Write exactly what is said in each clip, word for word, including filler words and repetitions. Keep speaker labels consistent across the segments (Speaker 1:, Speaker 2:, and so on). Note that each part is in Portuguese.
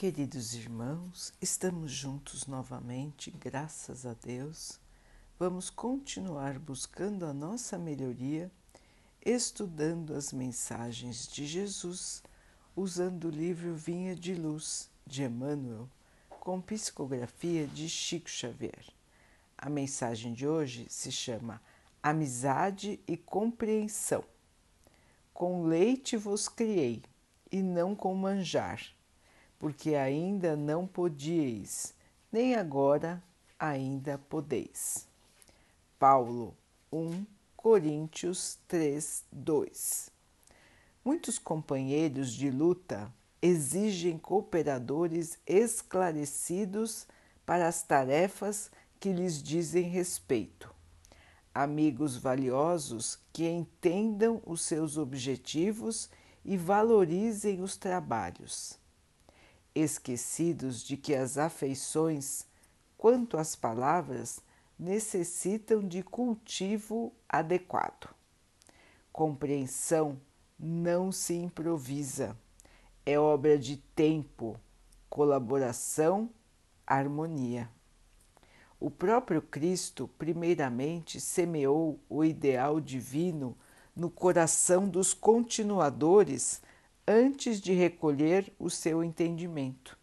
Speaker 1: Queridos irmãos, estamos juntos novamente, graças a Deus. Vamos continuar buscando a nossa melhoria, estudando as mensagens de Jesus, usando o livro Vinha de Luz, de Emmanuel, com psicografia de Chico Xavier. A mensagem de hoje se chama Amizade e Compreensão. Com leite vos criei, e não com manjar, porque ainda não podíeis, nem agora ainda podeis. Paulo um Coríntios três, dois. Muitos companheiros de luta exigem cooperadores esclarecidos para as tarefas que lhes dizem respeito. Amigos valiosos que entendam os seus objetivos e valorizem os trabalhos. Esquecidos de que as afeições, quanto às palavras, necessitam de cultivo adequado. Compreensão não se improvisa, é obra de tempo, colaboração, harmonia. O próprio Cristo, primeiramente, semeou o ideal divino no coração dos continuadores antes de recolher o seu entendimento.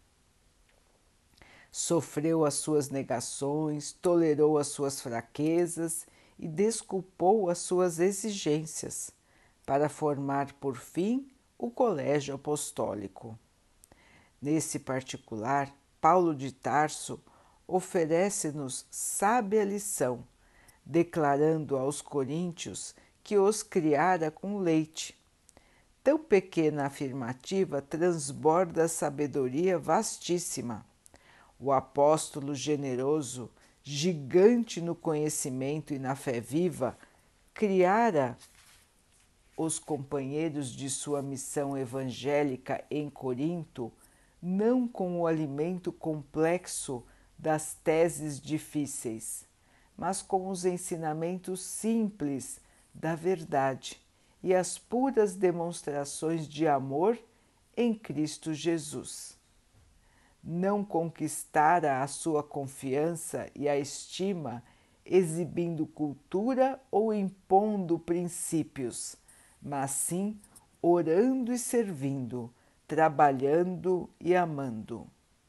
Speaker 1: Sofreu as suas negações, tolerou as suas fraquezas e desculpou as suas exigências, para formar, por fim, o colégio apostólico. Nesse particular, Paulo de Tarso oferece-nos sábia lição, declarando aos coríntios que os criara com leite. Tão pequena afirmativa transborda sabedoria vastíssima. O apóstolo generoso, gigante no conhecimento e na fé viva, criara os companheiros de sua missão evangélica em Corinto não com o alimento complexo das teses difíceis, mas com os ensinamentos simples da verdade e as puras demonstrações de amor em Cristo Jesus. Não conquistara a sua confiança e a estima exibindo cultura ou impondo princípios, mas sim orando e servindo, trabalhando e amando.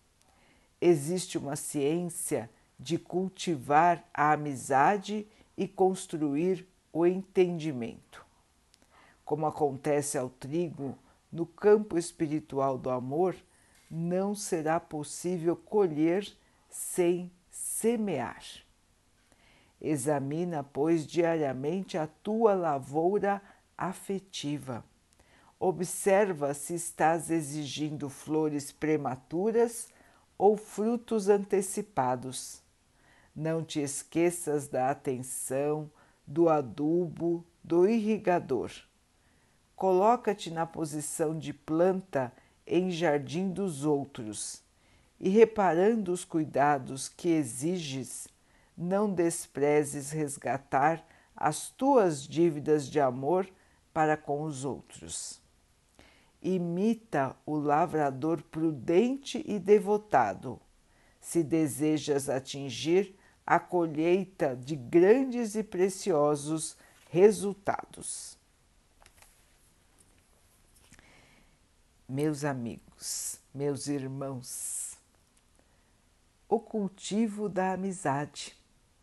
Speaker 1: Existe uma ciência de cultivar a amizade e construir o entendimento. Como acontece ao trigo, no campo espiritual do amor, não será possível colher sem semear. Examina, pois, diariamente a tua lavoura afetiva. Observa se estás exigindo flores prematuras ou frutos antecipados. Não te esqueças da atenção, do adubo, do irrigador. Coloca-te na posição de planta em jardim dos outros e, reparando os cuidados que exiges, não desprezes resgatar as tuas dívidas de amor para com os outros. Imita o lavrador prudente e devotado, se desejas atingir a colheita de grandes e preciosos resultados. Meus amigos, meus irmãos, o cultivo da amizade.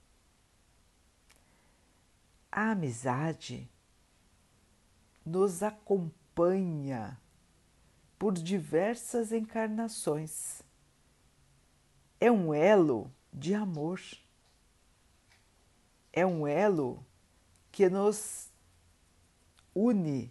Speaker 1: A amizade nos acompanha por diversas encarnações. É um elo de amor. É um elo que nos une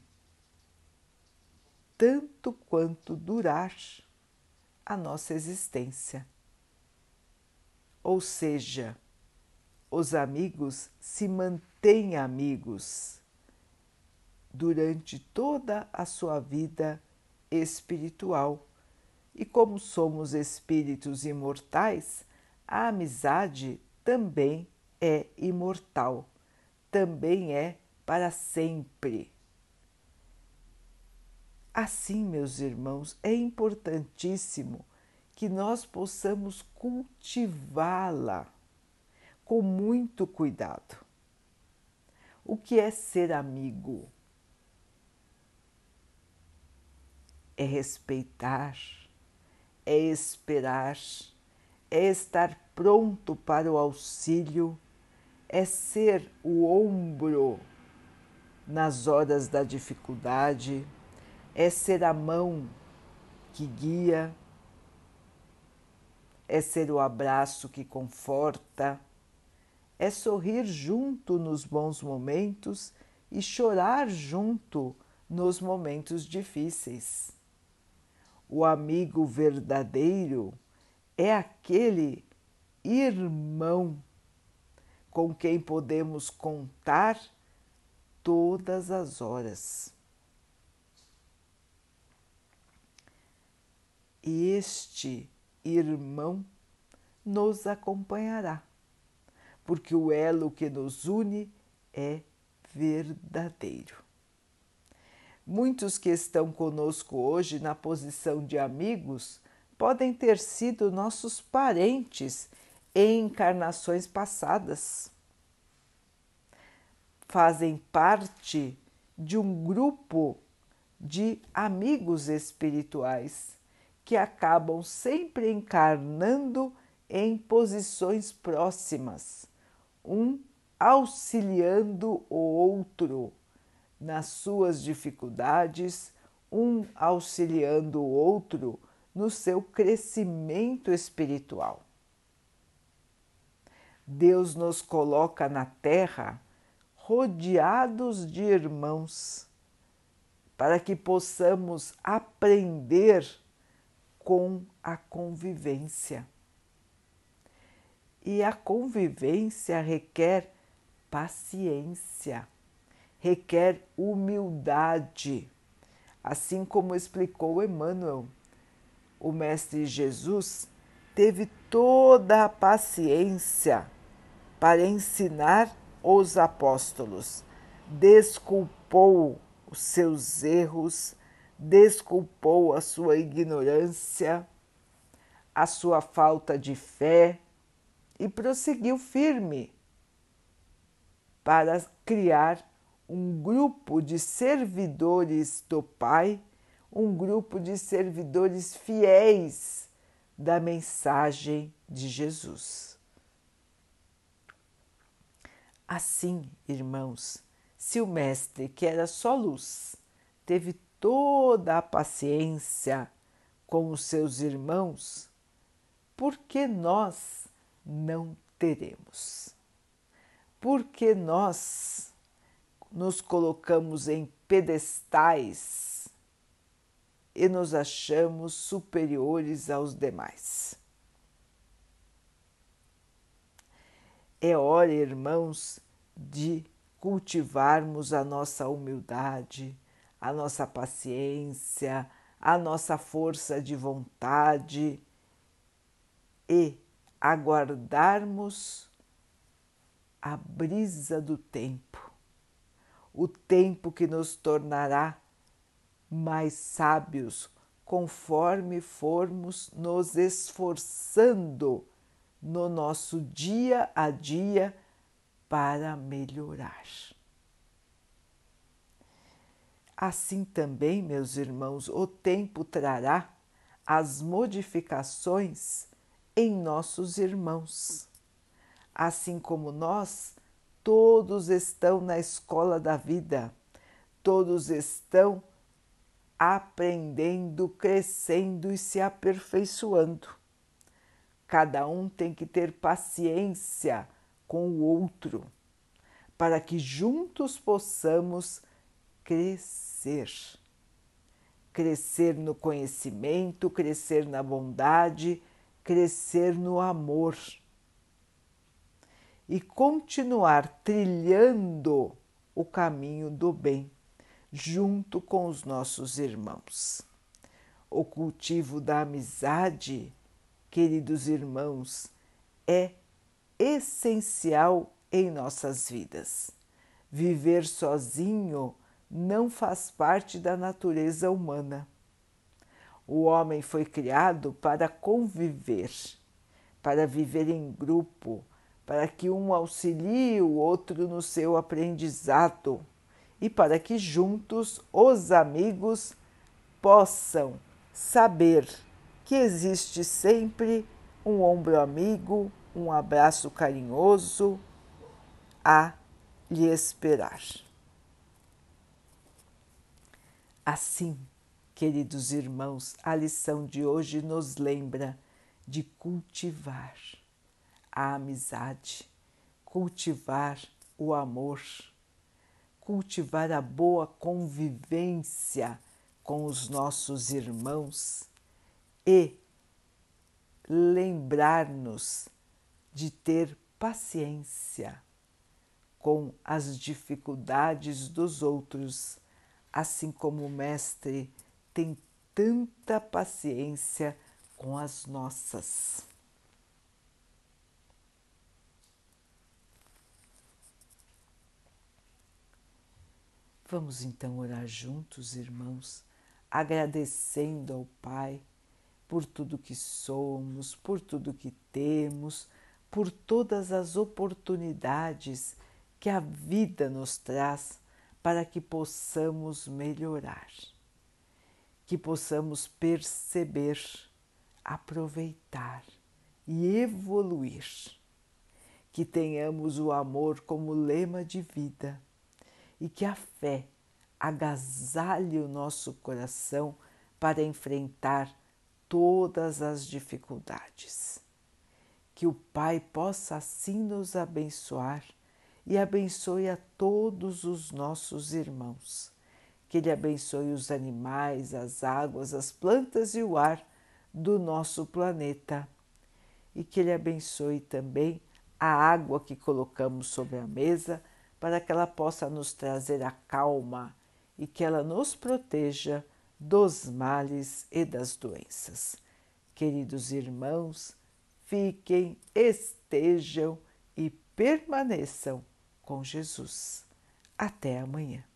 Speaker 1: tanto quanto durar a nossa existência. Ou seja, os amigos se mantêm amigos durante toda a sua vida espiritual. E como somos espíritos imortais, a amizade também é imortal, também é para sempre. Assim, meus irmãos, é importantíssimo que nós possamos cultivá-la com muito cuidado. O que é ser amigo? É respeitar, é esperar, é estar pronto para o auxílio, é ser o ombro nas horas da dificuldade, é ser a mão que guia, é ser o abraço que conforta, é sorrir junto nos bons momentos e chorar junto nos momentos difíceis. O amigo verdadeiro é aquele irmão com quem podemos contar todas as horas. E este irmão nos acompanhará, porque o elo que nos une é verdadeiro. Muitos que estão conosco hoje na posição de amigos podem ter sido nossos parentes em encarnações passadas. Fazem parte de um grupo de amigos espirituais que acabam sempre encarnando em posições próximas, um auxiliando o outro nas suas dificuldades, um auxiliando o outro no seu crescimento espiritual. Deus nos coloca na Terra rodeados de irmãos, para que possamos aprender com a convivência. E a convivência requer paciência, requer humildade. Assim como explicou Emmanuel, o Mestre Jesus teve toda a paciência para ensinar os apóstolos, desculpou os seus erros, desculpou a sua ignorância, a sua falta de fé e prosseguiu firme para criar um grupo de servidores do Pai, um grupo de servidores fiéis da mensagem de Jesus. Assim, irmãos, se o Mestre, que era só luz, teve toda a paciência com os seus irmãos, por que nós não teremos? Por que nós nos colocamos em pedestais e nos achamos superiores aos demais? É hora, irmãos, de cultivarmos a nossa humildade, a nossa paciência, a nossa força de vontade e aguardarmos a brisa do tempo, o tempo que nos tornará mais sábios conforme formos nos esforçando no nosso dia a dia para melhorar. Assim também, meus irmãos, o tempo trará as modificações em nossos irmãos. Assim como nós, todos estão na escola da vida, todos estão aprendendo, crescendo e se aperfeiçoando. Cada um tem que ter paciência com o outro, para que juntos possamos crescer. Crescer no conhecimento, crescer na bondade, crescer no amor. E continuar trilhando o caminho do bem, junto com os nossos irmãos. O cultivo da amizade, queridos irmãos, é essencial em nossas vidas. Viver sozinho não faz parte da natureza humana. O homem foi criado para conviver, para viver em grupo, para que um auxilie o outro no seu aprendizado e para que juntos os amigos possam saber que existe sempre um ombro amigo, um abraço carinhoso a lhe esperar. Assim, queridos irmãos, a lição de hoje nos lembra de cultivar a amizade, cultivar o amor, cultivar a boa convivência com os nossos irmãos e lembrar-nos de ter paciência com as dificuldades dos outros, assim como o Mestre tem tanta paciência com as nossas. Vamos então orar juntos, irmãos, agradecendo ao Pai por tudo que somos, por tudo que temos, por todas as oportunidades que a vida nos traz para que possamos melhorar, que possamos perceber, aproveitar e evoluir, que tenhamos o amor como lema de vida e que a fé agasalhe o nosso coração para enfrentar todas as dificuldades. Que o Pai possa assim nos abençoar e abençoe a todos os nossos irmãos. Que Ele abençoe os animais, as águas, as plantas e o ar do nosso planeta. E que Ele abençoe também a água que colocamos sobre a mesa para que ela possa nos trazer a calma e que ela nos proteja dos males e das doenças. Queridos irmãos, fiquem, estejam e permaneçam com Jesus. Até amanhã.